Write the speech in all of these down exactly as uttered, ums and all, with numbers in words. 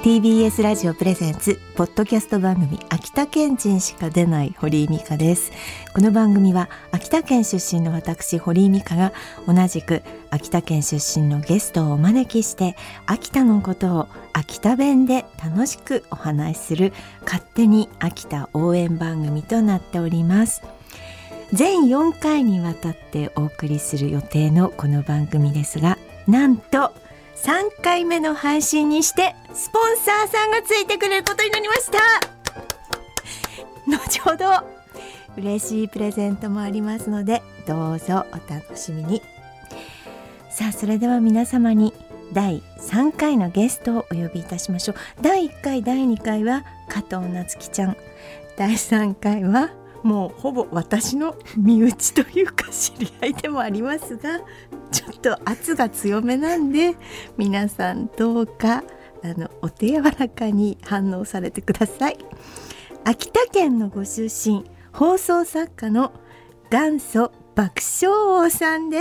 ティービーエス ラジオプレゼンツポッドキャスト番組秋田県人しか出ない堀井美香です。この番組は秋田県出身の私堀井美香が同じく秋田県出身のゲストをお招きして秋田のことを秋田弁で楽しくお話しする勝手に秋田応援番組となっております。全よんかいにわたってお送りする予定のこの番組ですが、なんとさんかいめの配信にしてスポンサーさんがついてくれることになりました。後ほど嬉しいプレゼントもありますのでどうぞお楽しみに。さあ、それでは皆様にだいさんかいのゲストをお呼びいたしましょう。だいいっかいだいにかいは加藤夏希ちゃん、だいさんかいはもうほぼ私の身内というか知り合いでもありますが、ちょっと圧が強めなんで皆さんどうかあのお手柔らかに反応されてください。秋田県のご出身、放送作家の元祖爆笑王さんです。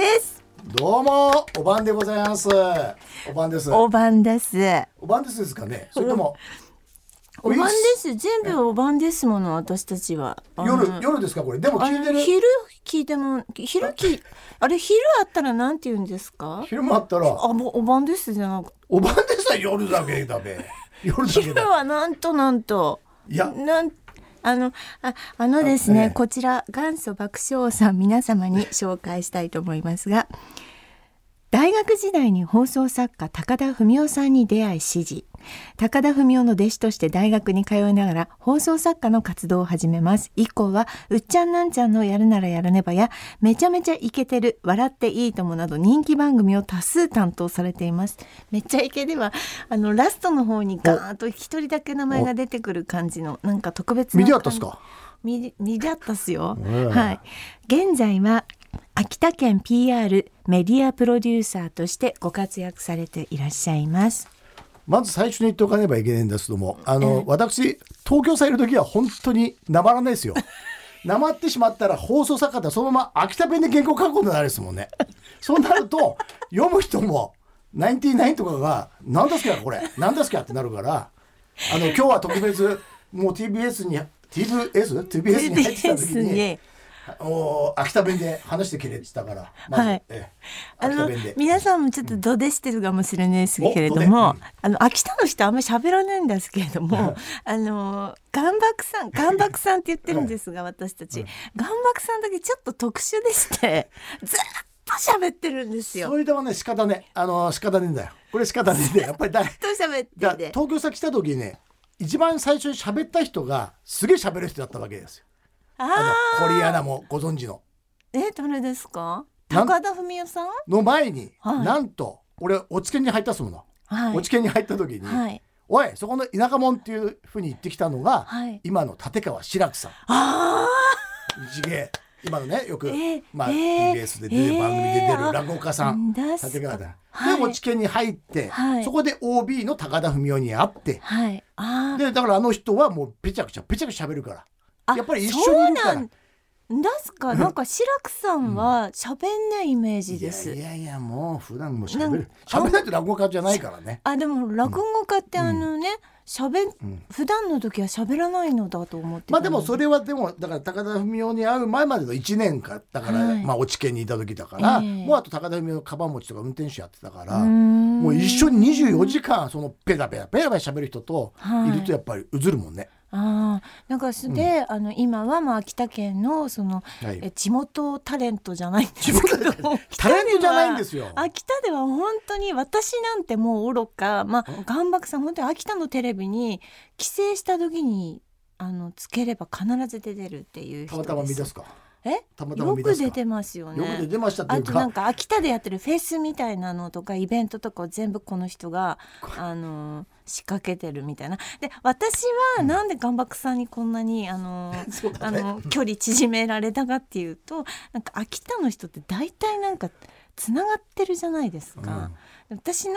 どうもおばんでございます。おばんです。 おばんです。 おばんですですかね。それともおばんです。全部おばんですもの、私たちは。 夜夜ですかこれ。でも聞いてる。 昼聞いても昼聞あれ昼あったらなんて言うんですか。 昼もあったらあもうおばんですじゃなくておばんですは夜だけだべ。夜だけだ。 昼はなんとなんといやなんあのああのですね、 ええ、 こちら元祖爆笑王さん皆様に紹介したいと思いますが、大学時代に放送作家高田文夫さんに出会い師事、高田文夫の弟子として大学に通いながら放送作家の活動を始めます。以降はうっちゃんなんちゃんのやるならやらねばやめちゃめちゃイケてる笑っていいともなど人気番組を多数担当されています。めっちゃイケではあのラストの方にガーッと一人だけ名前が出てくる感じのなんか特別な見てあったっすか。 見てあったっすよ、 えー、 はい。現在は秋田県 ピーアール メディアプロデューサーとしてご活躍されていらっしゃいます。 まず最初に言っておかねばいけないんですけども、あの、えー、私東京さんいる時は本当になまらないですよ。なまってしまったら放送作家だそのまま秋田弁で原稿書くことになるですもんね。そうなると読む人もナインティナインとかが何ですかこれ何ですかってなるから、あの今日は特別もう ティービーエス に ティービーエス? ティービーエス に入ってた時にお秋田弁で話してくれてたから、まず、 はい、 えあの皆さんもちょっとどでしてるかもしれないですけれども、うん、あの秋田の人あんまり喋らないんですけれどもあの元爆さん元爆さんって言ってるんですが、私たち、うん、元爆さんだけちょっと特殊でしてずっと喋ってるんですよ。 それでもね仕方ねあの仕方ねえんだよこれ仕方ねえんだよやっぱりだずっと喋ってて東京さ来た時ね一番最初に喋った人がすげえ喋る人だったわけですよ。あの堀アナもご存知のえ誰ですか。高田文夫さんの前に、 はい、 なんと俺お知見に入ったっすもの、はい、お知見に入った時に、はい、おいそこの田舎者っていうふうに言ってきたのが、はい、今の立川志らくさん。あ一芸今のねよく、えーまあえー、ティービーエス で出る、えー、番組で出る落語家さん、えー、立川だ、はい、でお知見に入って、はい、そこで オービー の高田文夫に会って、はい、あでだからあの人はもうぺちゃくちゃぺちゃくちゃ喋るからやっぱり一緒にいるからですか。なんか志らくさんは喋んないイメージです、 うん、いやいやもう普段も喋る喋らないと落語家じゃないからね。 あでも落語家ってあのね、うん、喋うん、普段の時は喋らないのだと思ってた。 まあでもそれはでもだから高田文夫に会う前までのいちねんかだから、はい、まあお知見にいた時だから、えー、もうあと高田文夫カバン持ちとか運転手やってたからもう一緒ににじゅうよじかんそのペラペラペラペラ喋る人といるとやっぱりうずるもんね、はい。あなんかそれで、うん、あの今はまあ秋田県のその、はい、え地元タレントじゃないんですけどタレントじゃないんですよ。 秋田では本当に私なんてもう愚か、まあ、元爆さん本当に秋田のテレビに帰省した時にあのつければ必ず出てるっていう人です。 たまたま見出すかえたまたま見出すかよく出てますよね。 よく出てましたっていうかあとなんか秋田でやってるフェスみたいなのとかイベントとかを全部この人があの仕掛けてるみたいな。で私はなんで元爆さんにこんなにあの、うんね、あの距離縮められたかっていうとなんか秋田の人って大体なんかつながってるじゃないですか、うん、私の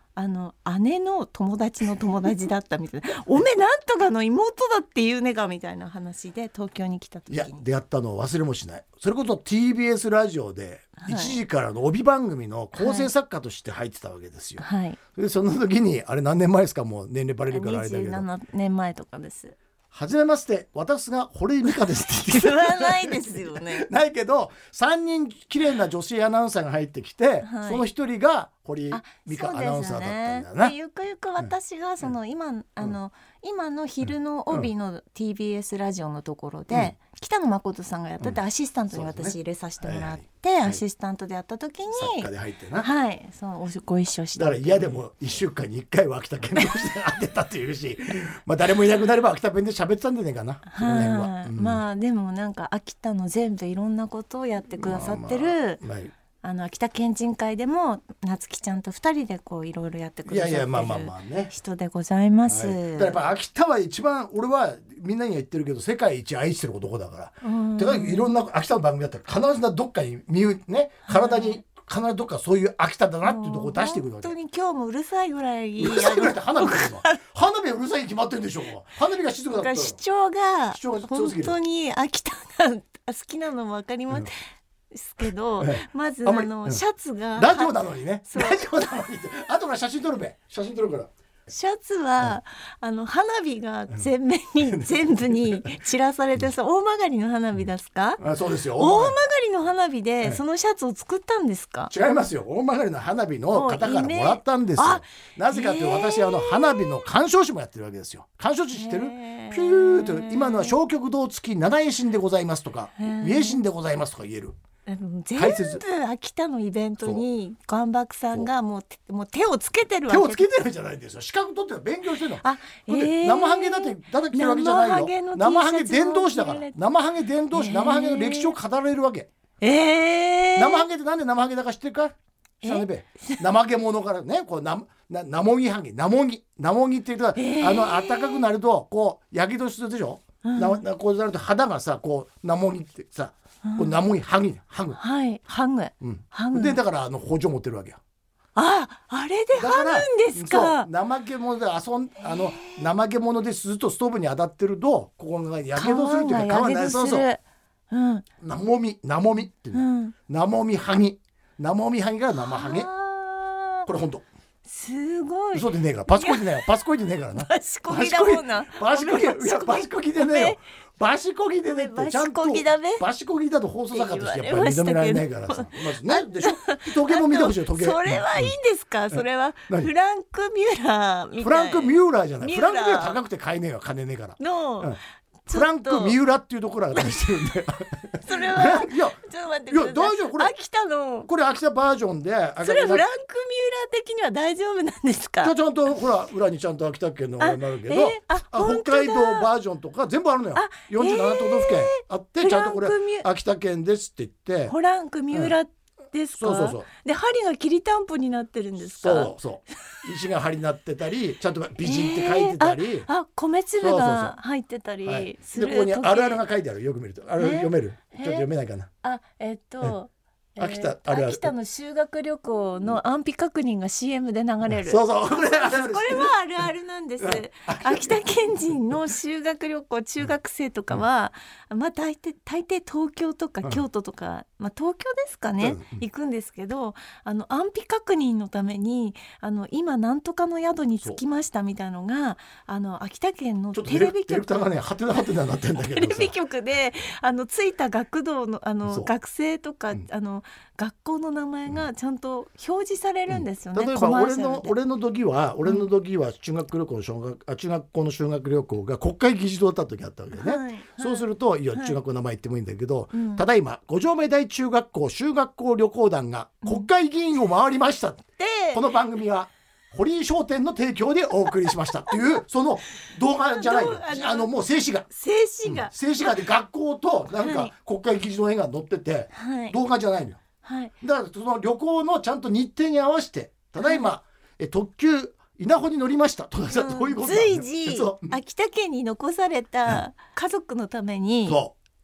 あの姉の友達の友達だったみたいなおめなんとかの妹だっていうねがみたいな話で東京に来た時にいや出会ったのを忘れもしない。それこそ ティービーエス ラジオでいちじからの帯番組の構成作家として入ってたわけですよ、 はい、 でその時にあれ何年前ですか、もう年齢バレるからあれだけどにじゅうななねんまえとかです。 はじめまして、私が堀井美香ですって言わないですよねないけどさんにん綺麗な女子アナウンサーが入ってきて、はい、その一人が堀井美香アナウンサーだったんだよね。 ゆくゆく私がその今、うん、あの今の昼の帯の ティービーエス ラジオのところで、うん、北野誠さんがやってて、うん、アシスタントに私入れさせてもらって、うんはいはい、アシスタントでやった時に作家で入ってな、 はい、そうご一緒して、 だから嫌でもいっしゅうかんにいっかいは秋田県として会ってたっていうしまあ誰もいなくなれば秋田弁で喋ってたんじゃないかなその辺は、うん、 まあでもなんか秋田の全部いろんなことをやってくださってる、まあまあはい、あの秋田県人会でも夏希ちゃんとふたりでこういろいろやってくださってる人でございます。 はい、だからやっぱ秋田は一番俺はみんなには言ってるけど世界一愛してる男だから、うん、てかいろんな秋田の番組だったら必ずどっかに身をね体に必ずどっかそういう秋田だなっていうところを出してくるわけ。 本当に今日もうるさいぐらい、 うるさいぐらいって花火ですわ花火はうるさいに決まってるでしょう。花火が静かだったら主張が本当に秋田が好きなのも分かります、うんですけど、ええ、まずあの、うん、シャツがラジオなのにねラジオなのに後から写真撮るべ写真撮るからシャツは、うん、あの花火が全面に、うん、全部に散らされてさ大曲の花火ですか、 うん、あそうですよ大曲の花火で、ええ、そのシャツを作ったんですか。 違いますよ、大曲の花火の方からもらったんですよ。なぜかというと私あの花火の鑑賞士もやってるわけですよ。鑑賞士知ってる？ピューと今のは小極堂付き七重心でございますとか三重心でございますとか言える。 全部秋田のイベントに関白さんがもう、もう手をつけてるわけ。 手をつけてるじゃないですよ。資格取って勉強してるの。あ、えー、生ハゲだってただ来てるわけじゃないよ。生ハゲ伝道師だから。生ハゲ伝道師、生ハゲの歴史を語られるわけ。えー、生ハゲってなんで生ハゲだか知ってるか？知らねべ。生ゲ物からね、こうななナモギハゲ、ナモギ、ナモギって言うと、えー、あの暖かくなるとこう焼き戸するでしょ。うん、なこうなると肌がさこうナモギってさ。これナモギハグハグはいハグ、うん、ハグでだからあの包丁持ってるわけよ。 ああれでハグんですか。 怠け者で遊んあの怠け者でずっとストーブに当たってるとここがやけどするっていうか皮がそうそううんナモミナモミっていう、うん、ナモミハギナモミハギが生ハゲこれ本当すごい嘘でねえからパチコギでねえよパチコギでねえからなパチコギだもんなパチコギいやパチコギでねえよバシコギでねってちゃんとバシコギだと放送作家としてやっぱり認められないからさまずねでしょ時計も見てほしいよ時計。 それはいいんですか、うん、それはフランク・ミューラーみたいな。 フランク・ミューラーじゃないフランク・ミューラー高くて買えねえよ金ねえからの、うんフランク・ミューラっていうところが出してるんでそれはいやちょっと待ってください。いや大丈夫これ秋田のこれ秋田バージョンでそれはフランク・ミューラー的には大丈夫なんですか。 ちゃんとほら裏にちゃんと秋田県のあれになるけど、えー、あ北海道バージョンとか全部あるのよ。よんじゅうなな都道府県あって、えー、ちゃんとこれ秋田県ですって言ってフランク・ミューラですか、うん、そうそうそうで針がきりたんぽになってるんですか。 そうそう石が針になってたりちゃんと美人って書いてたり、えー、 あ, あ米粒が入ってたりする。 でここにあるあるが書いてあるよく見るとあれ読める、えー、ちょっと読めないかな。 あえー、っと、えー、 秋田あるある秋田の修学旅行の安否確認が シーエム で流れる、うん、 そうそうこれあるあるこれはあるあるなんです秋田県人の修学旅行中学生とかは、うん、まあ大抵、大抵東京とか京都とか、うんまあ、東京ですかね、うん、行くんですけどあの安否確認のためにあの今なんとかの宿に着きましたみたいなのがあの秋田県のテレビ局がねハテナハテナなってんだけどテレビ局であの着いた学童の、あの学生とか、うん、あの学校の名前がちゃんと表示されるんですよね、うん、 例えば俺の俺の時は俺の時は中学旅行小学あ中学校の修学旅行が国会議事堂だった時あったわけね、はいはい、そうするといや中学校の名前言ってもいいんだけど、はい、ただいま五条目大中学校修学校旅行団が国会議員を回りました、うん、この番組は堀井商店の提供でお送りしましたっていうその動画じゃないよあのもう静止画静止画、 うん、静止画で学校となんか国会議事堂の絵が載ってて、はい、動画じゃないのよ、はい、だからその旅行のちゃんと日程に合わせてただいま、はい、え特急稲穂に乗りましたとかどういうこと随時秋田県に残された家族のために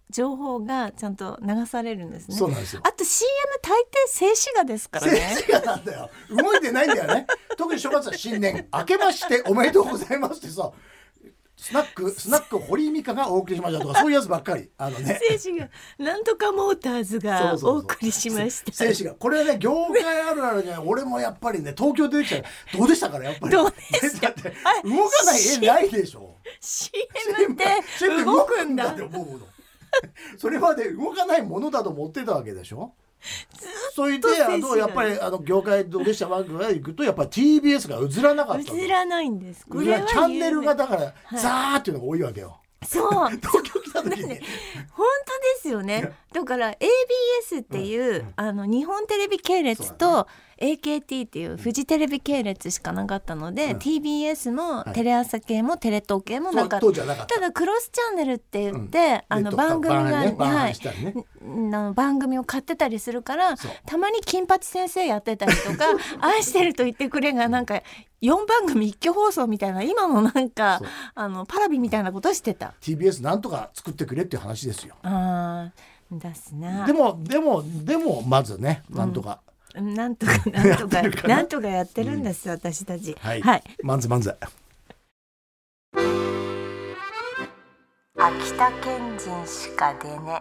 情報がちゃんと流されるんですね。 そうなんですよ。 あと シーエム 大抵静止画ですからね。 静止画なんだよ。動いてないんだよね。特に正月は新年明けましておめでとうございますってさ、スナックスナック堀井美香がお送りしましたとかそういうやつばっかり。あのね、 静止画なんとかモーターズがお送りしました。 静止画、これはね業界あるあるね。俺もやっぱりね東京出てきたらどうでしたからやっぱり。 どうですか。 だって動かない絵ないでしょ。 シーエム って動くんだ。 って思うの。それまで動かないものだと思ってたわけでしょ。そう言ってあのやっぱりあの業界どうでした番組が行くとやっぱり ティービーエス が映らなかった。 映らないんです。これはチャンネルがだから、 はい、 ザーっていうのが多いわけよ。 そう東京来た時に本当ですよね。だから エービーエス っていう、うん、あの日本テレビ系列と エーケーティー っていうフジテレビ系列しかなかったので、うん、ティービーエス もテレ朝系もテレ東系もなかった。ただクロスチャンネルって言って、うん、あの番組が、ねはいね、の番組を買ってたりするからたまに金八先生やってたりとか愛してると言ってくれがなんかよんばんぐみ一挙放送みたいな今のなんかあのパラビみたいなことしてた。 ティービーエス なんとか作ってくれっていう話ですよ。 あーですな。 でもでもでもまずねなんとか、 うん、なんとかなんとかなんとかやってるんです、うん、私たち。 はい、はい、まんずまんず。 秋田県人しか出ね。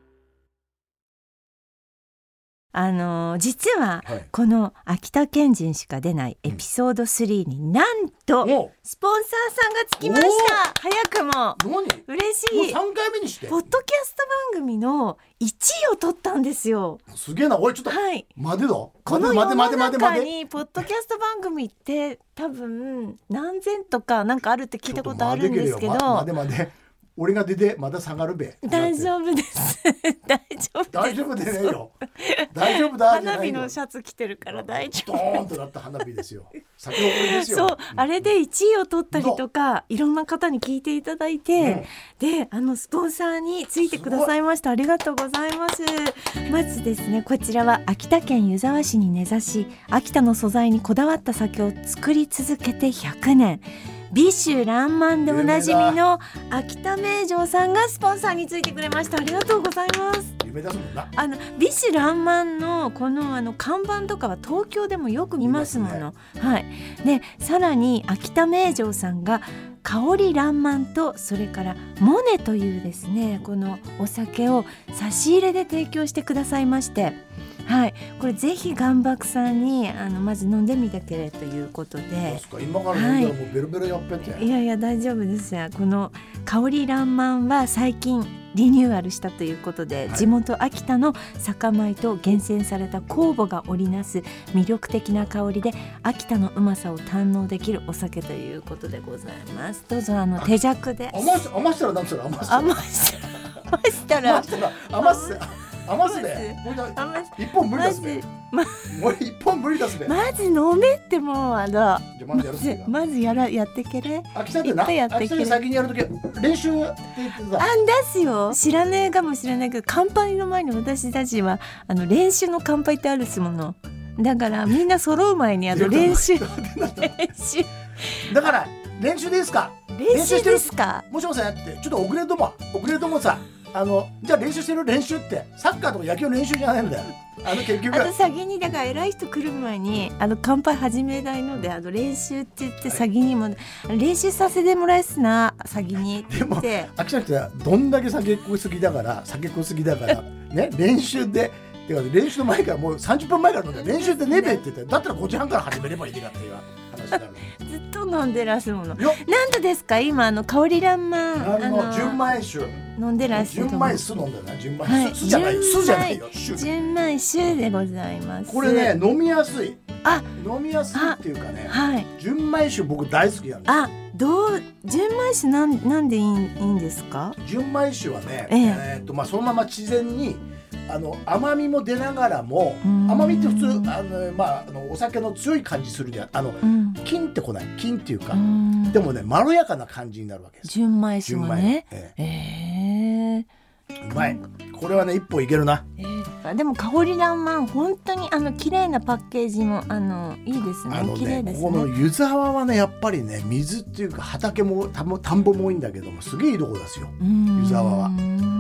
あのー、実はこの秋田県人しか出ないエピソードスリーになんとスポンサーさんがつきました。早くも嬉しい。 もうさんかいめにしてポッドキャスト番組のいちいを取ったんですよ。 すげえな。おいちょっと、はい、待てだこの世の中にポッドキャスト番組って多分何千とかなんかあるって聞いたことあるんですけど、 待て待て俺が出てまだ下がるべ。 大丈夫です大丈夫です大丈夫でねえよ大丈夫だ花火のシャツ着てるから大丈夫。 ドーンとなった花火ですよ。先ほどですよ。 そう、うん、あれでいちいを取ったりとかいろんな方に聞いていただいて、うん、であのスポンサーについてくださいました。ありがとうございます。まずですねこちらは秋田県湯沢市に根ざし秋田の素材にこだわった酒を作り続けてひゃくねん美酒爛漫でおなじみの秋田名城さんがスポンサーについてくれました。ありがとうございます。 夢だもんな。 あの美酒爛漫のこのあの看板とかは東京でもよく見ますもの、ね、はい。でさらに秋田名城さんが香り爛漫とそれからモネというですねこのお酒を差し入れで提供してくださいまして、はい、これぜひ岩爆さんにあのまず飲んでみてくれということで。 今から飲んだらもうベロベロやっぺって、はい、 いやいや大丈夫ですよ。この香り爛漫は最近リニューアルしたということで、はい、地元秋田の酒米と厳選された酵母が織りなす魅力的な香りで秋田のうまさを堪能できるお酒ということでございます。どうぞあの手酌で余し余したら何する余したら余したら余したら余す余すで一本無理だすべ、ま、もう一本無理だすべ。 まず飲めってもうあのじゃまずやるすべまずやらやってけれ秋田でな秋田で先にやるとき練習って言ってたあんですよ。知らねえかもしれないけど乾杯の前に私たちはあの練習の乾杯ってあるすものだからみんな揃う前にあの練習練習だから練習ですか練習ですかもしもさってちょっと遅れとも遅れともさあのじゃあ練習してる練習ってサッカーとか野球の練習じゃないんだよ。あの結局あと先にだから偉い人来る前にあの乾杯始めないのであの練習って言って先にも練習させてもらえすな先にって言って。でも秋田ってどんだけ酒っこすぎだから酒っこすぎだからね練習でてか練習の前からもうさんじゅっぷんまえから飲んで練習ってねべって言ってだったらごじはんから始めればいいかっていう話になるずっと飲んでらっしゃるもの。何度ですか今あの香り爛漫あの純米酒飲んでらっしゃる純米酢飲んでるな純米酢、はい、酢じゃない酢じゃないよ純米酒でございます。 これね飲みやすいあ飲みやすいっていうかね、はい、純米酒僕大好きなんです。 あどう純米酒なんなんでいい、いいんですか。 純米酒はね、えええー、とまあそのまま自然にあの甘みも出ながらも甘みって普通あの、まあ、あのお酒の強い感じするじゃんあの、うん、金ってこない金っていうかうでもねまろやかな感じになるわけです。 純米酒はねえええー、うまいこれはね一本いけるな、えー、でも香り爛漫本当にあの綺麗なパッケージもあのいいですね。 あのね綺麗ですね。 ここの湯沢はねやっぱりね水っていうか畑も田んぼも多いんだけどもすげえいいとこですよ湯沢は。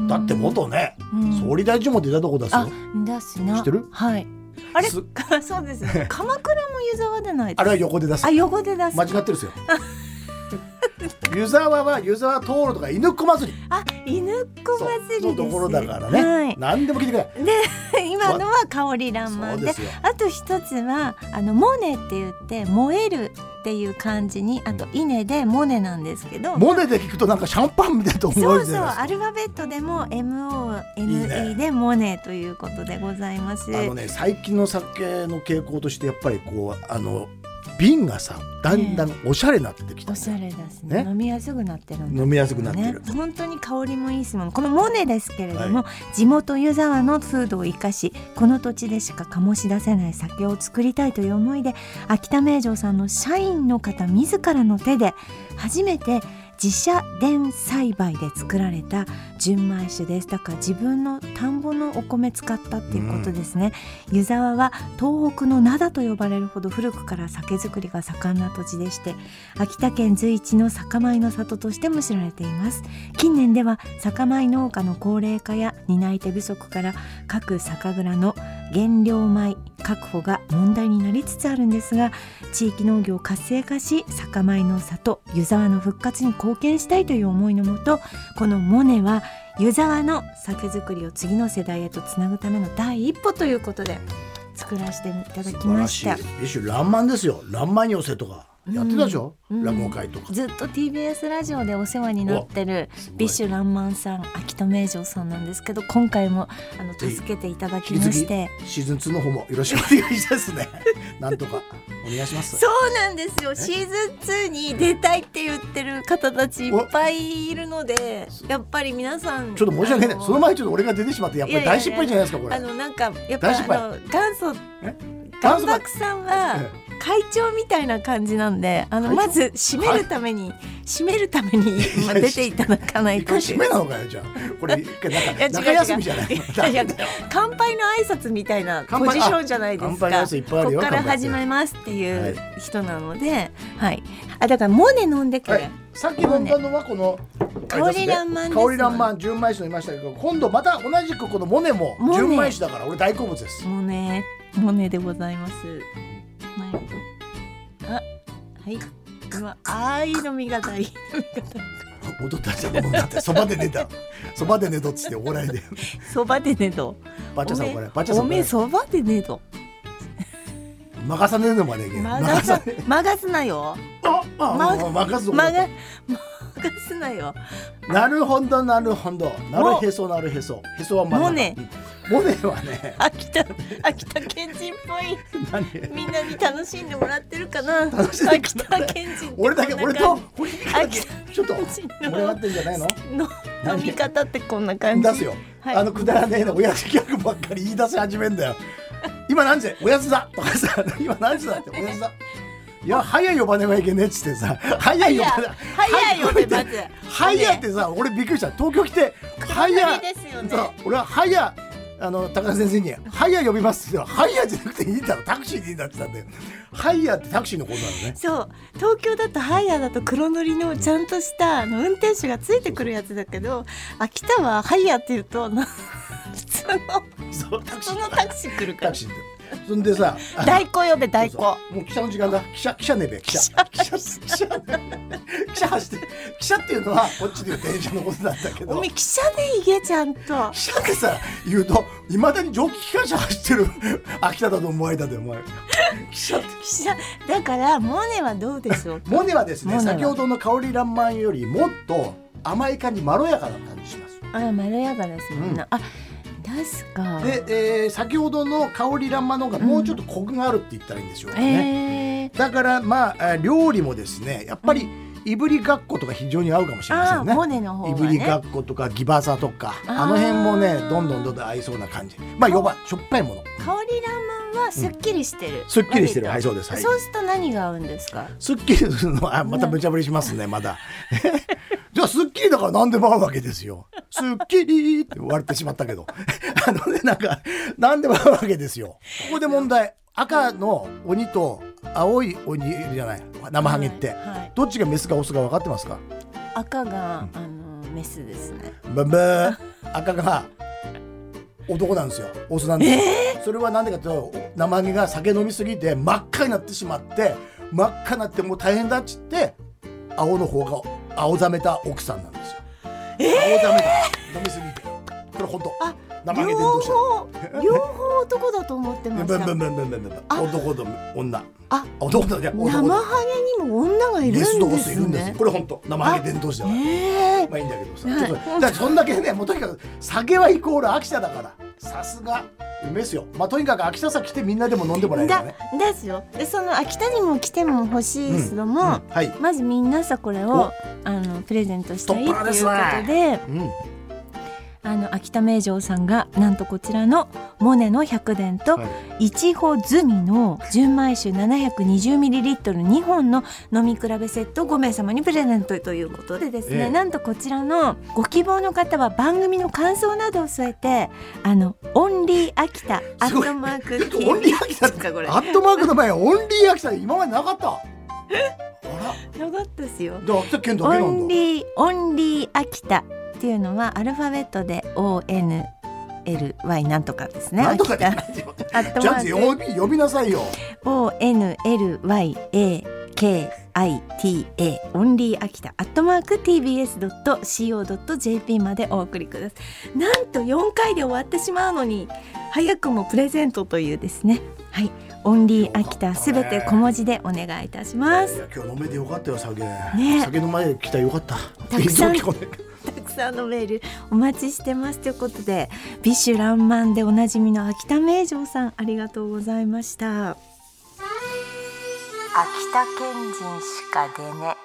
だって元ね、 うん、 総理大臣も出たとこだすよ。 あ、出すな。 知ってる？ はい。あれそうですね。鎌倉も湯沢でないです。 あれは横で出す。 あ、横で出す。 間違ってるんですよ。湯沢は湯沢灯籠とか犬っ子祭り。 あ、犬っ子祭りです。 のところだからね、はい、何でも聞いてくれ。 で今のは香りらんまん で, であと一つはあのモネって言って燃えるっていう漢字に、あと稲でモネなんですけど、 モネで聞くとなんかシャンパンみたいなと思う。そうそう、アルファベットでも エムオーエヌイー でモネということでございます。 あのね、最近の酒の傾向としてやっぱりこうあの瓶がさだんだんおしゃれになってきた、ね、 おしゃれですね。飲みやすくなってるんだ、ね、 飲みやすくなってる。 本当に香りもいいですもん。このモネですけれども、はい、地元湯沢の風土を生かし、この土地でしか醸し出せない酒を作りたいという思いで、秋田名城さんの社員の方自らの手で初めて自社田栽培で作られた純米酒です。だから自分の田んぼのお米使ったっていうことですね、うん、湯沢は東北の灘と呼ばれるほど古くから酒造りが盛んな土地でして、秋田県随一の酒米の里としても知られています。近年では酒米農家の高齢化や担い手不足から各酒蔵の原料米確保が問題になりつつあるんですが、地域農業を活性化し酒米の里湯沢の復活に貢献したいという思いのもと、このモネは湯沢の酒造りを次の世代へとつなぐための第一歩ということで作らせていただきました。 美酒爛漫ですよ。爛漫寄せとかやってたでしょ、うん、落語会とか、 ずっと ティービーエス ラジオでお世話になってる美酒爛漫さん、秋田名城さんなんですけど、今回もあの助けていただきまして、 シーズンツーの方もよろしくお願いしますね。なんとかお願いします。 そうなんですよ。シーズンツーに出たいって言ってる方たちいっぱいいるので、やっぱり皆さんちょっと申し訳ない、その前ちょっと俺が出てしまってやっぱり大失敗じゃないですか。これあのなんかやっぱりあの元祖元爆さんは会長みたいな感じなんで、あのまず締めるために、はい、締めるために今出ていただかないと。 締めなのかよ。じゃあこれなんか中休みじゃない。 乾杯の挨拶みたいなポジションじゃないですか。ここから始めますっていう人なので、はい、あだからモネ飲んでくれ、はい、 さっき飲んだのはこの香りらんまんです。 香りらんまん純米酒飲みましたけど、今度また同じくこのモネも純米酒だから俺大好物です。 モネモネでございます。あ、はい。今あーいい飲み方いい飲み方。戻ったじゃん。戻った。そばで寝た。そばで寝とっつって怒られて。 そばで寝と。 バッチャさんこれ。バッチャさん。 おめえそばで寝と。 任さねえのまで。 任さ任すなよ。 あ、あ、任す。 任すなよ。 なるほどなるほど。なるへそなるへそ。へそはまだ。 モネ。 モネはね、 秋田秋田県人っぽい。みんなに楽しんでもらってるかな。 楽しんで秋田県人って俺だけ俺と堀美香だけちょっと盛り上がってんじゃないの？ の飲み方ってこんな感じ。 出すよ。あのくだらねえな親父ギャグばっかり言い出し始めんだよ。今何時？おやつだとかさ、今何時だっておやつだ。いや早い呼ばねばいけねえっつってさ、早い呼ばね早い呼べまず早ってさ、俺びっくりした。東京来て早ですよね。 俺は早あの高田先生に「ハイヤー呼びます」って言ったら「ハイヤーじゃなくていいんだろ、タクシーでいいんだ」って言ったんだよ。ハイヤーってタクシーのことなのね。 そう東京だとハイヤーだと黒塗りのちゃんとしたあの運転手がついてくるやつだけど、秋田はハイヤーって言うと普通のそうタクシーのタクシー来るから。タクシーってそんでさ代行呼べ代行。もう汽車の時間だ。汽車汽車ねべ汽車汽車汽車汽車走って汽車っていうのはこっちでいう電車のことなんだけど、 おめ汽車で行けちゃんと汽車でさ言うといまだに蒸気機関車走ってる秋田だと思われたでお前汽車って汽車だからモネはどうでしょうか。 モネはですね先ほどの香りらんまんよりもっと甘い感じまろやかな感じします。 あまろやかですもんね、うん、あですか。 で、えー、先ほどの香りらんまんの方がもうちょっとコクがあるって言ったらいいんでしょうかね、うんえー、だからまあ料理もですねやっぱり、うんいぶりがっことか非常に合うかもしれませんね。 モネの方はね、 いぶりがっことかギバザとか あ, あの辺もねどんどんどんどん合いそうな感じ。まあよばしょっぱいもの。 香りらんまんはすっきりしてる、うん、 すっきりしてる。はいそうです、はい、 そうすると何が合うんですか。 すっきりするのはまた無茶ぶりしますねまだじゃあすっきりだから何でも合うわけですよ。すっきりって言われてしまったけどあのねなんか何でも合うわけですよ。ここで問題。赤の鬼と青い鬼いるじゃない生ハゲって、はいはい、どっちがメスかオスか分かってますか。 赤が、うん、あのメスですね。 ブンブン赤が男なんですよ、オスなんですよ、えー、それはなんでかというと生毛が酒飲みすぎて真っ赤になってしまって真っ赤になってもう大変だっつって青の方が青ざめた奥さんなんですよ、えー、青ざめた飲みすぎてこれ本当生毛伝統者両方男だと思ってました。 ブンブンブンブンブンブン男と女あ男と生ハゲにも女がいるんですね。 メスとオスいるんですよ。これ本当生ハゲ伝統者だから、えー、まあいいんだけどさ、はい、ちょっとだからそんだけねもうとにかく酒はイコール秋田だからさすが梅ですよ。まあとにかく秋田さ来てみんなでも飲んでもらえるからね。 だですよ。でその秋田にも来ても欲しいですけども、うんうんはい、まずみんなさこれをあのプレゼントしたいっていうことで。あの秋田名城さんがなんとこちらのモネのひゃくでんといちほ摘みの純米酒 ななひゃくにじゅうミリリットル にほんの飲み比べセットをごめいさまにプレゼントということでですね、ええ、なんとこちらのご希望の方は番組の感想などを添えてあのオンリー秋田アットマークオンリー秋田かこれアットマークの前オンリー秋田今までなかったあらなかったですよ。 オンリーオンリー秋田っていうのはアルファベットで オーエヌエルワイ なんとかですね。 なんとかってちゃんと呼び、呼びなさいよ。 オーエヌエルワイエーケーアイティーエー オンリー秋田アットマーク ティービーエスドットシーオードットジェーピー までお送りください。なんとよんかいで終わってしまうのに早くもプレゼントというですね。はい、オンリー秋田すべて小文字でお願いいたします。 いや今日飲めてよかったよ酒、ね、酒の前来たよかった。 たくさんたくさんのメールお待ちしてますということで美酒爛漫でおなじみの秋田名城さんありがとうございました。秋田県人しか出ね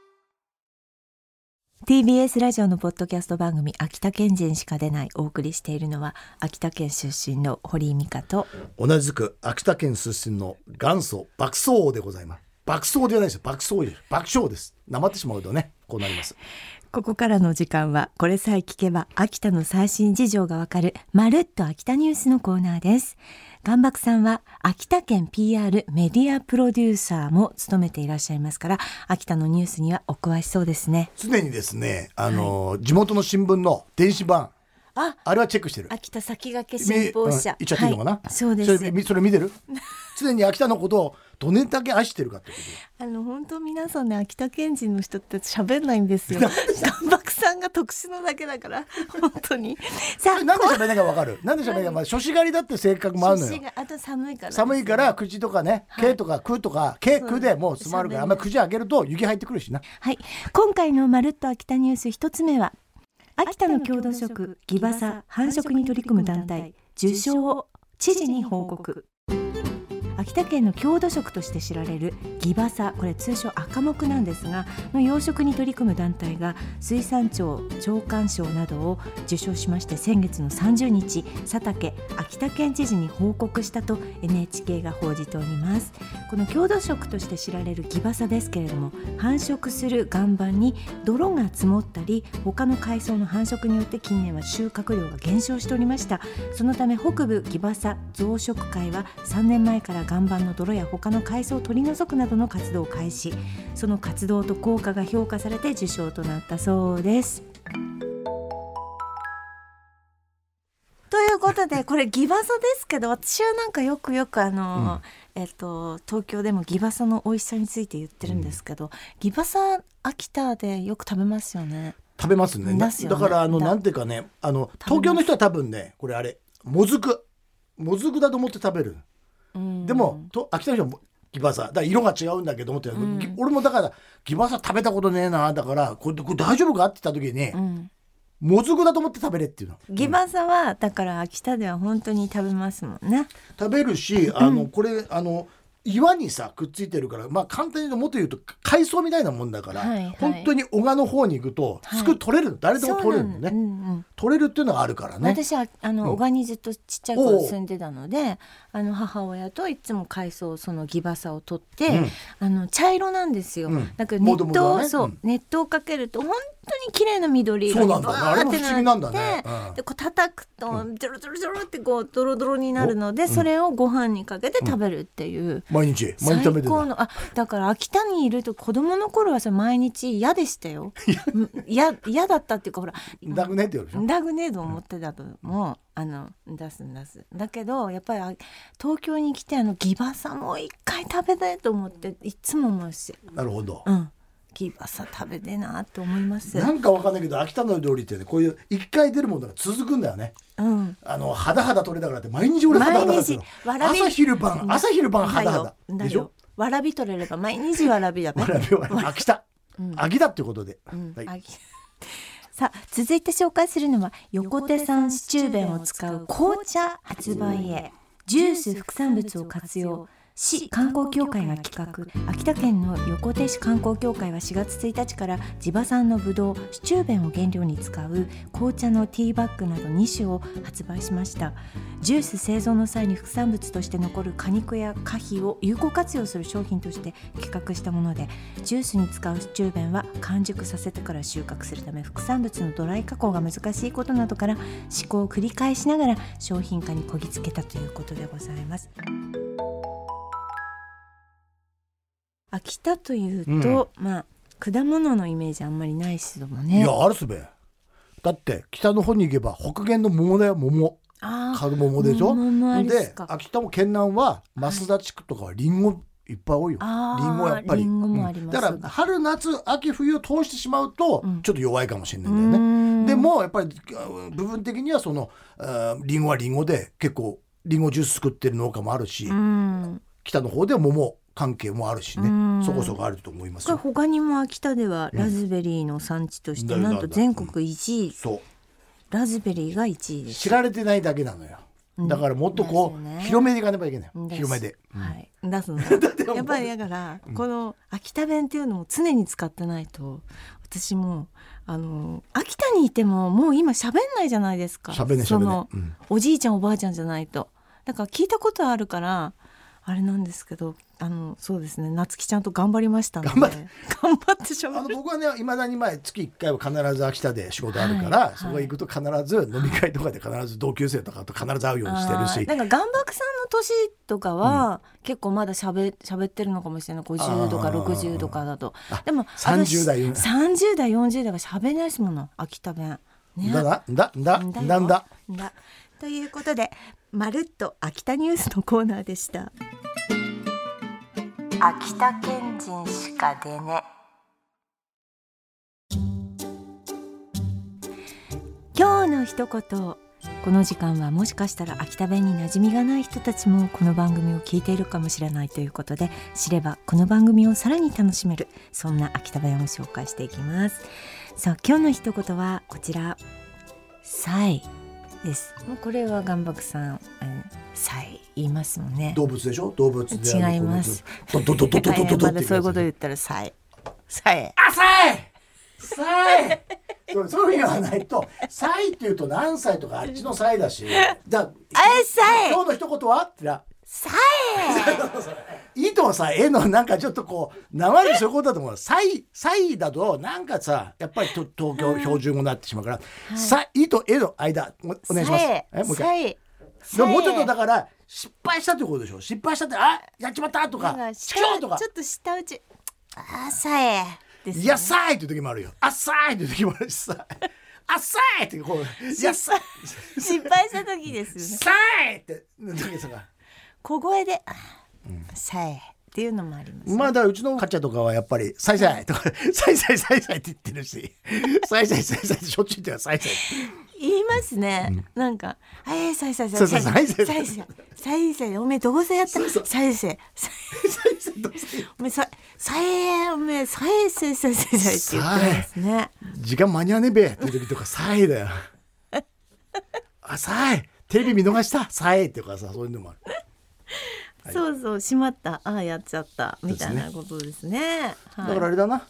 ティービーエス ラジオのポッドキャスト番組秋田県人しか出ないお送りしているのは秋田県出身の堀井美香と同じく秋田県出身の元祖爆走王でございます。爆走ではないですよ爆走です爆笑です。なまってしまうとねこうなります。 ここからの時間はこれさえ聞けば秋田の最新事情がわかるまるっと秋田ニュースのコーナーです。岩爆さんは秋田県 ピーアール メディアプロデューサーも務めていらっしゃいますから秋田のニュースにはお詳しそうですね。 常にですねあの、はい、地元の新聞の電子版 あ, あれはチェックしてる。 秋田先駆け新報社、うん、 言っちゃっていいのかな、 はい、そうです。 それ、それ見てる常に秋田のことをどれだけ愛してるかってことあの本当皆さんね秋田県人の人って喋んないんですよ。岩爆さんが特殊なだけだから本当にさあなんで喋らないか分かる。なんで喋らないか、まあ、初志狩りだって性格もあるのよ。 あと寒いから、ね、 寒いから口とかね、はい、毛とか空とか毛空でもう詰まるからあんまり口開けると雪入ってくるしな。 はい、今回のまるっと秋田ニュース一つ目は秋田の郷土食ギバサ繁殖に取り組む団体受賞を知事に報告。秋田県の郷土食として知られるギバサ、これ通称赤目なんですがの養殖に取り組む団体が水産庁長官賞などを受賞しまして先月のさんじゅうにち佐竹秋田県知事に報告したと エヌエイチケー が報じております。この郷土食として知られるギバサですけれども繁殖する岩盤に泥が積もったり他の海藻の繁殖によって近年は収穫量が減少しておりました。そのため北部ギバサ増殖会はさんねんまえから岩盤の泥や他の海藻を取り除くなどの活動を開始。その活動と効果が評価されて受賞となったそうです。ということでこれギバサですけど私はなんかよくよくあの、うんえっと、東京でもギバサの美味しさについて言ってるんですけど、うん、ギバサ秋田でよく食べますよね。 食べますね。だからあのなんていうかねあの東京の人は多分ねこれあれもずくもずくだと思って食べる。でもと秋田の人はギバサだから色が違うんだけど思って、うん、俺もだからギバサ食べたことねえなだからこれこれ大丈夫かって言った時に、うん、もずくだと思って食べれっていうの。 ギバサはだから秋田では本当に食べますもんね。 食べるしあの、うん、これあの岩にさくっついてるからまあ簡単にもっと言うと海藻みたいなもんだから、はいはい、本当に小川の方に行くとすぐ取れるの、はい、誰でも取れるのね、うんうん、 取れるっていうのがあるからね。 私はあの、 うん、 小川にずっとちっちゃい頃住んでたので、あの母親といつも海藻そのギバサを取って、うん、あの茶色なんですよ、うん、だから熱湯を、ね、そう、うん、熱湯をかけると本当に綺麗な緑色にバーってなって、そうなんだね、あれも不思議なんだね、うん、でこう叩くとジョロジョロジョロってこうドロドロになるので、それをご飯にかけて食べるっていう、 毎日毎日食べてる。最高の、あ、だから秋田にいると子供の頃はそれ毎日嫌でしたよ。嫌だったっていうか、ほらだぐねって言うでしょ。 だぐねと思ってたともうあの出す出すだけど、やっぱり東京に来てあのギバサもう一回食べたいと思っていつも思うし。 なるほど、 うん、ギバサ食べてえなと思います。 なんかわかんないけど秋田の料理ってね、こういう一回出るものが続くんだよね、うん、あの肌肌取れたからって毎日俺肌肌だけど朝昼晩朝昼晩肌肌でしょ。 わらび取れれば毎日わらびだね。 わらびは秋田、うん、秋田っていうことで、 うんはい、さあ続いて紹介するのは横手産シチュー弁を使う紅茶発売へ。ジュース副産物を活用、市観光協会が企画。秋田県の横手市観光協会はしがつついたちから地場産のぶどうシチュー弁を原料に使う紅茶のティーバッグなどに種を発売しました。ジュース製造の際に副産物として残る果肉や果皮を有効活用する商品として企画したもので、ジュースに使うシチュー弁は完熟させてから収穫するため副産物のドライ加工が難しいことなどから試行を繰り返しながら商品化にこぎつけたということでございます。秋田というと、うん、まあ果物のイメージあんまりないしどもね。 いやあるすべ。だって北の方に行けば北限の桃だよ、桃。カル桃でしょ。で秋田も県南は増田地区とかはリンゴいっぱい多いよ。リンゴやっぱり、 リンゴもあります、 うん、だから春夏秋冬を通してしまうとちょっと弱いかもしれないんだよね、うん、でもやっぱり部分的にはそのリンゴはリンゴで結構リンゴジュース作ってる農家もあるし、うん、北の方では桃関係もあるしね、そこそこあると思いますよ。 これ他にも秋田ではラズベリーの産地として、うん、なんと全国いちい、うん、そうラズベリーがいちいです。 知られてないだけなのよ。だからもっとこう、ね、広めでいかねばいけない。広めで、 はい、出すのやっぱりだから、うん、この秋田弁っていうのも常に使ってないと、私もあの秋田にいてももう今喋んないじゃないですか。 喋んない喋んない、うん、 おじいちゃんおばあちゃんじゃないと。だから聞いたことあるからあれなんですけど、あのそうですね、夏希ちゃんと頑張りましたので頑張って頑張ってしょうあの僕はねいまだに前月いっかいは必ず秋田で仕事あるから、はい、そこへ行くと必ず飲み会とかで必ず同級生とかと必ず会うようにしてるし、 なんか岩博さんの年とかは、うん、結構まだしゃべ喋ってるのかもしれない。ごじゅうとかろくじゅうとかだと。でもさんじゅう代さんじゅう代よんじゅう代は喋れないですもの、秋田弁、ね、 だだだだだんだだということで、まるっと秋田ニュースのコーナーでした。秋田県人しか出ね。今日の一言。この時間はもしかしたら秋田弁に馴染みがない人たちもこの番組を聞いているかもしれないということで、知ればこの番組をさらに楽しめる、そんな秋田弁を紹介していきます。さあ今日の一言はこちら、サイです。もうこれは岩博さん、うん、サイ言いますもんね。 動物でしょ。動物で違います。 ドドドドドドドドってそういうこと言ったらサイサイあサイサイそうそういうのはないと、サイっていうと何歳とかあっちのサイだし、だあサイ今日の一言はってなサイいいともさ、絵のなんかちょっとこう生でそういうことだと思う。サイサイだとなんかさやっぱりと東京標準語になってしまうから、はい、サイと絵の間 お, お願いします。えもう一回。でももうちょっとだから失敗したってことでしょ。失敗したってあやっちまったとかチキョーとかちょっと舌打ちあサイですね。 いやさいっていう時もあるよ。あさいっていう時もあるしさあさいってこういやさ失敗した時ですよね。 さいって小声でさいっていうのもあります、ね、 まあだからうちのカチャとかはやっぱりサイサイとかサイサイサイサイって言ってるしサイサイサイサイってしょっちゅう言ってるサイサイ言いますね、うん、なんかえー、サイサイサイサイサイサイサイサイサイサイおめえどうせやったらサイサイサイサイおめえサイサイおめえサイサイサイサイサイって言ってますね。 時間間に合わねべって時とかサイだよあサイテレビ見逃したサイっていうかさそういうのもあるはい、そうそうしまったああやっちゃったみたいなことですね、 はい、だからあれだな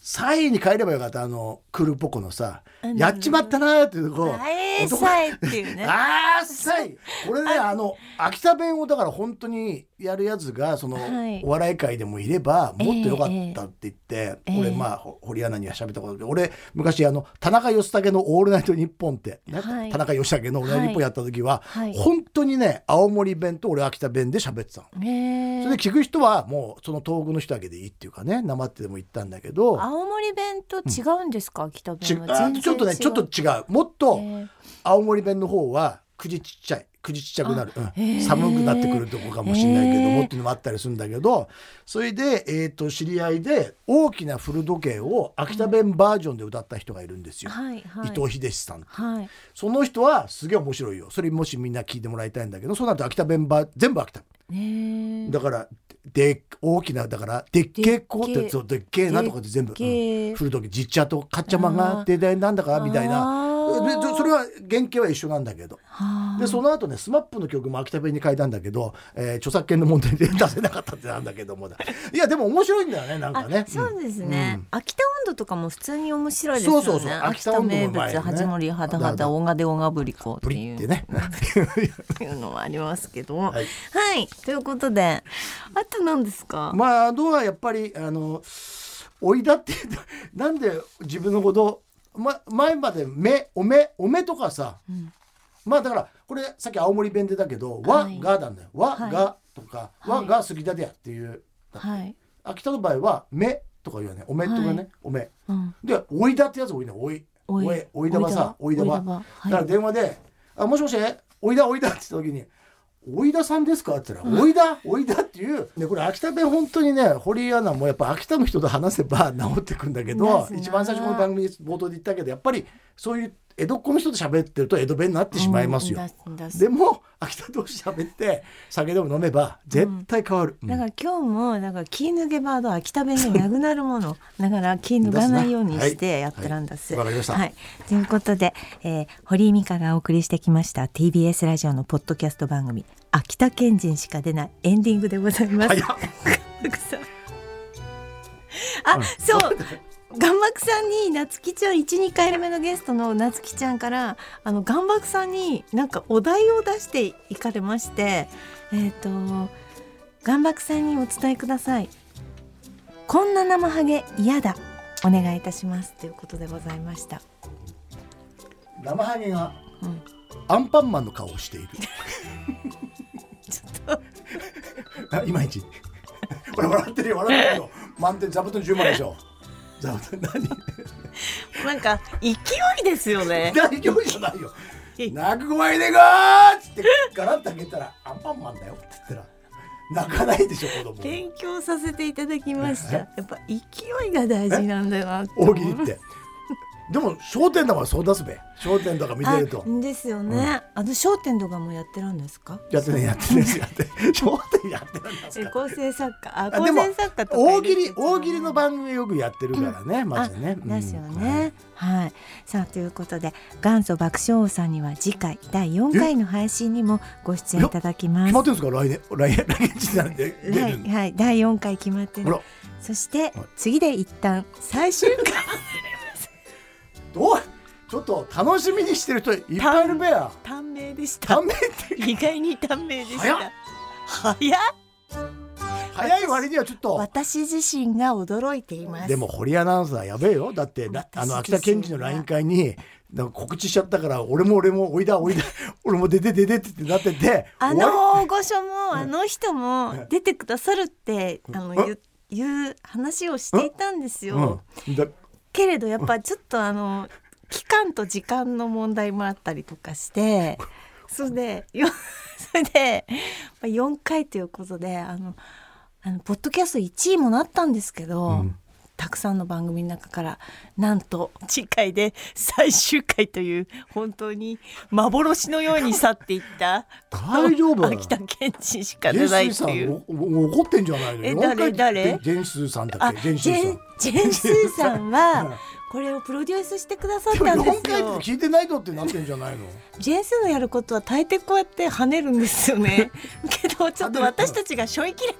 さんいに帰ればよかった。あのクールポコのさ、やっちまったなーっていうところ、 あえーさいっていうねあーさいこれね、あの秋田弁をだから本当にやるやつがその、はい、お笑い界でもいればもっとよかったって言って、えーえー、俺まあ堀アナには喋ったことで、俺昔あの田中義武のオールナイトニッポンって、ねはい、田中義武のオールナイトニッポンやった時は、はい、本当にね青森弁と俺秋田弁で喋ってたの、えー、それで聞く人はもうその東北の人だけでいいっていうかね、なまってでも言ったんだけど、 青森弁と違うんですか、うん、秋田弁は全然違う。 ちょっとねちょっと違う。もっと青森弁の方は口ちっちゃい、口ちっちゃくなる、うん、寒くなってくるとこかもしれないけどもっていうのもあったりするんだけど、それで、えー、と知り合いで大きな古時計を秋田弁バージョンで歌った人がいるんですよ、はいはい、伊藤秀志さんって、はい、その人はすげえ面白いよ。それもしみんな聞いてもらいたいんだけど、そうなると秋田弁バー全部秋田だからで大きなだからでっけえ子ってそうでっけえなとかで全部、うん、古時計じっちゃとかっちゃまがででなんだかみたいな、でそれは原型は一緒なんだけど、でその後ねスマップの曲も秋田弁に変えたんだけど、えー、著作権の問題で出せなかったってなんだけどもだいやでも面白いんだよね、なんかね。 そうですね、うん、秋田温度とかも普通に面白いですよね。 そうそうそう、秋田温度もうまいよね。 八森はだはだ大賀で大賀ぶり子っていうってねいうのはありますけど、はい、はい、ということであと何ですか。 まああとはやっぱりあのおいだってなんで自分のことま、前までめおめおめとかさ、うん、まあだからこれさっき青森弁でだけどわ、はい、がなんだよわ、はい、がとか、はい、わが過ぎだでやっていう、はい、秋田の場合はめとか言うよね、おめとかね、はい、おめ、うん、でおいだってやつ多いね、おいおいおいだはさおいだはだから電話であもしもしおいだおいだって言った時においださんですかって言ったら、うん、おいだおいだっていうで、これ秋田弁本当にね堀井アナもやっぱ秋田の人と話せば治ってくんだけど、一番最初この番組冒頭で言ったけどやっぱりそういう江戸っ子の人と喋ってると江戸弁になってしまいますよ、うん、でも秋田同士喋って酒でも飲めば絶対変わる、 うん、だから今日もだから気抜けばー秋田弁でなくなるものだから気抜かないようにしてやってるんです。 わかりました、 はい、ということで、えー、堀井美香がお送りしてきました ティービーエス ラジオのポッドキャスト番組秋田県人しか出ないエンディングでございます。あ、そう岩幕さんに夏希ちゃん いち,に 回目のゲストの夏希ちゃんからあの岩幕さんになんかお題を出していかれまして、えーと岩幕さんにお伝えください。こんな生ハゲ嫌だお願いいたしますということでございました。 生ハゲが、うん、アンパンマンの顔をしているちょっとあいまいちこれ笑ってるよ笑ってるよ満点座布団じゅうまんでしょ座布団何なんか勢いですよね勢いじゃないよ泣く声でがーっつってガラッと開けたらアンパンマンだよって言ったら泣かないでしょ子供。 勉強させていただきました。やっぱ勢いが大事なんだよなって大喜利ってでも笑点だからそう出すべ。笑点とか見てるとですよね、うん、あの笑点とかもやってるんですか。 やってねやってねやって笑点やってるんですか。 構成作家あ構成作家とか大喜利大喜利の番組よくやってるからね、うん、まずねですよね、うん、はい、さあということで元祖爆笑王さんには次回だいよんかいの配信にもご出演いただきます。 決まってるんですか来年来年来年時なんで出る、 はい、はい、だいよんかい決まってる。そして次で一旦最終回どうちょっと楽しみにしてる人いっぱいいるべや。 短命でした。 短命って意外に短命でした。早っ早い割にはちょっと私自身が驚いています。 でも堀アナウンサーやべえよ。だってあの秋田県知の ライン 会になんか告知しちゃったから俺も俺もおいだおいだ俺も出て出てってなっててあの大御所もあの人も出てくださるってあの言う、いう話をしていたんですよ、うん、だけれどやっぱちょっとあの期間と時間の問題もあったりとかしてそれでよそれでよんかいということであのあのポッドキャストいちいもなったんですけど、うん、たくさんの番組の中からなんと次回で最終回という本当に幻のように去っていった大丈夫秋田県知しか出ないっていう怒ってんじゃないの。 え誰誰ジェンスーさんだっけ。ジェンスーさんジェンスーさんはこれをプロデュースしてくださったんですよ。よんかいって聞いてないとってなってんじゃないの。 ジェンスーのやることは大抵こうやって跳ねるんですよねけどちょっと私たちが背負いきれなかった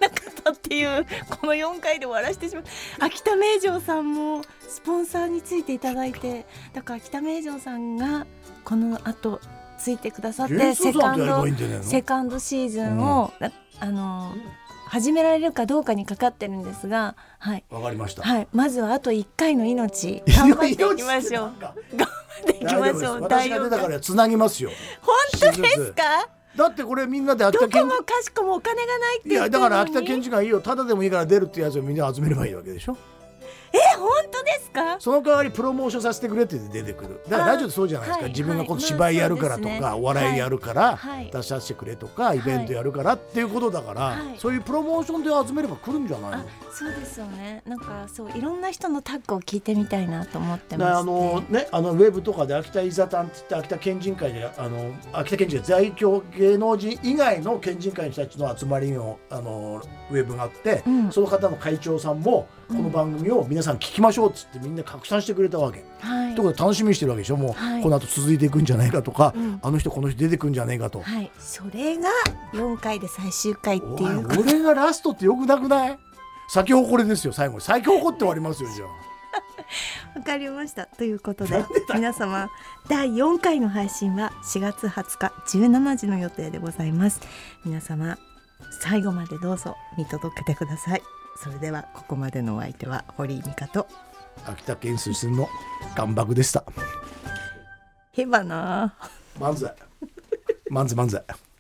ったっていうこのよんかいで終わらせてしまう。秋田名城さんもスポンサーについていただいて、だから秋田名城さんがこの後ついてくださってセカンドセカンドシーズンを、うん、あの始められるかどうかにかかってるんですが、はい、 わかりました、 はい、まずはあといっかいの命頑張っていきましょう頑張っていきましょう。 私が出たからつなぎますよ。 本当ですか？ だってこれみんなで秋田県どこもかしこもお金がないって言ってるのに。 いやだから秋田県知がいいよ、ただでもいいから出るってやつをみんな集めればいいわけでしょ。 え本当ですか？ その代わりプロモーションさせてくれって出てくる。だからラジオってそうじゃないですか、はい、自分がこの芝居やるからとか、はい、お笑いやるから出させてくれとか、はい、イベントやるからっていうことだから、はい、そういうプロモーションで集めれば来るんじゃないの？あそうですよね。なんかそういろんな人のタッグを聞いてみたいなと思ってます、ね、 あのねあのウェブとかで秋田いざたんって言って秋田県人会であの秋田県人会在京芸能人以外の県人会の人たちの集まりのあのウェブがあって、うん、その方の会長さんもこの番組を皆さん聞きましょうっつってみんな拡散してくれたわけ、はい、ということで楽しみにしてるわけでしょ。もう、はい、この後続いていくんじゃないかとか、うん、あの人この人出てくんじゃないかと、 はい、それがよんかいで最終回っていうか俺がラストってよくなくない？咲き誇りですよ。最後に咲き誇って終わりますよ。じゃあわかりました。ということで皆様だいよんかいの配信はしがつはつかじゅうしちじの予定でございます。皆様最後までどうぞ見届けてください。それではここまでのお相手は堀井美香と秋田県出身の岩爆でした。 へばな漫才漫才漫才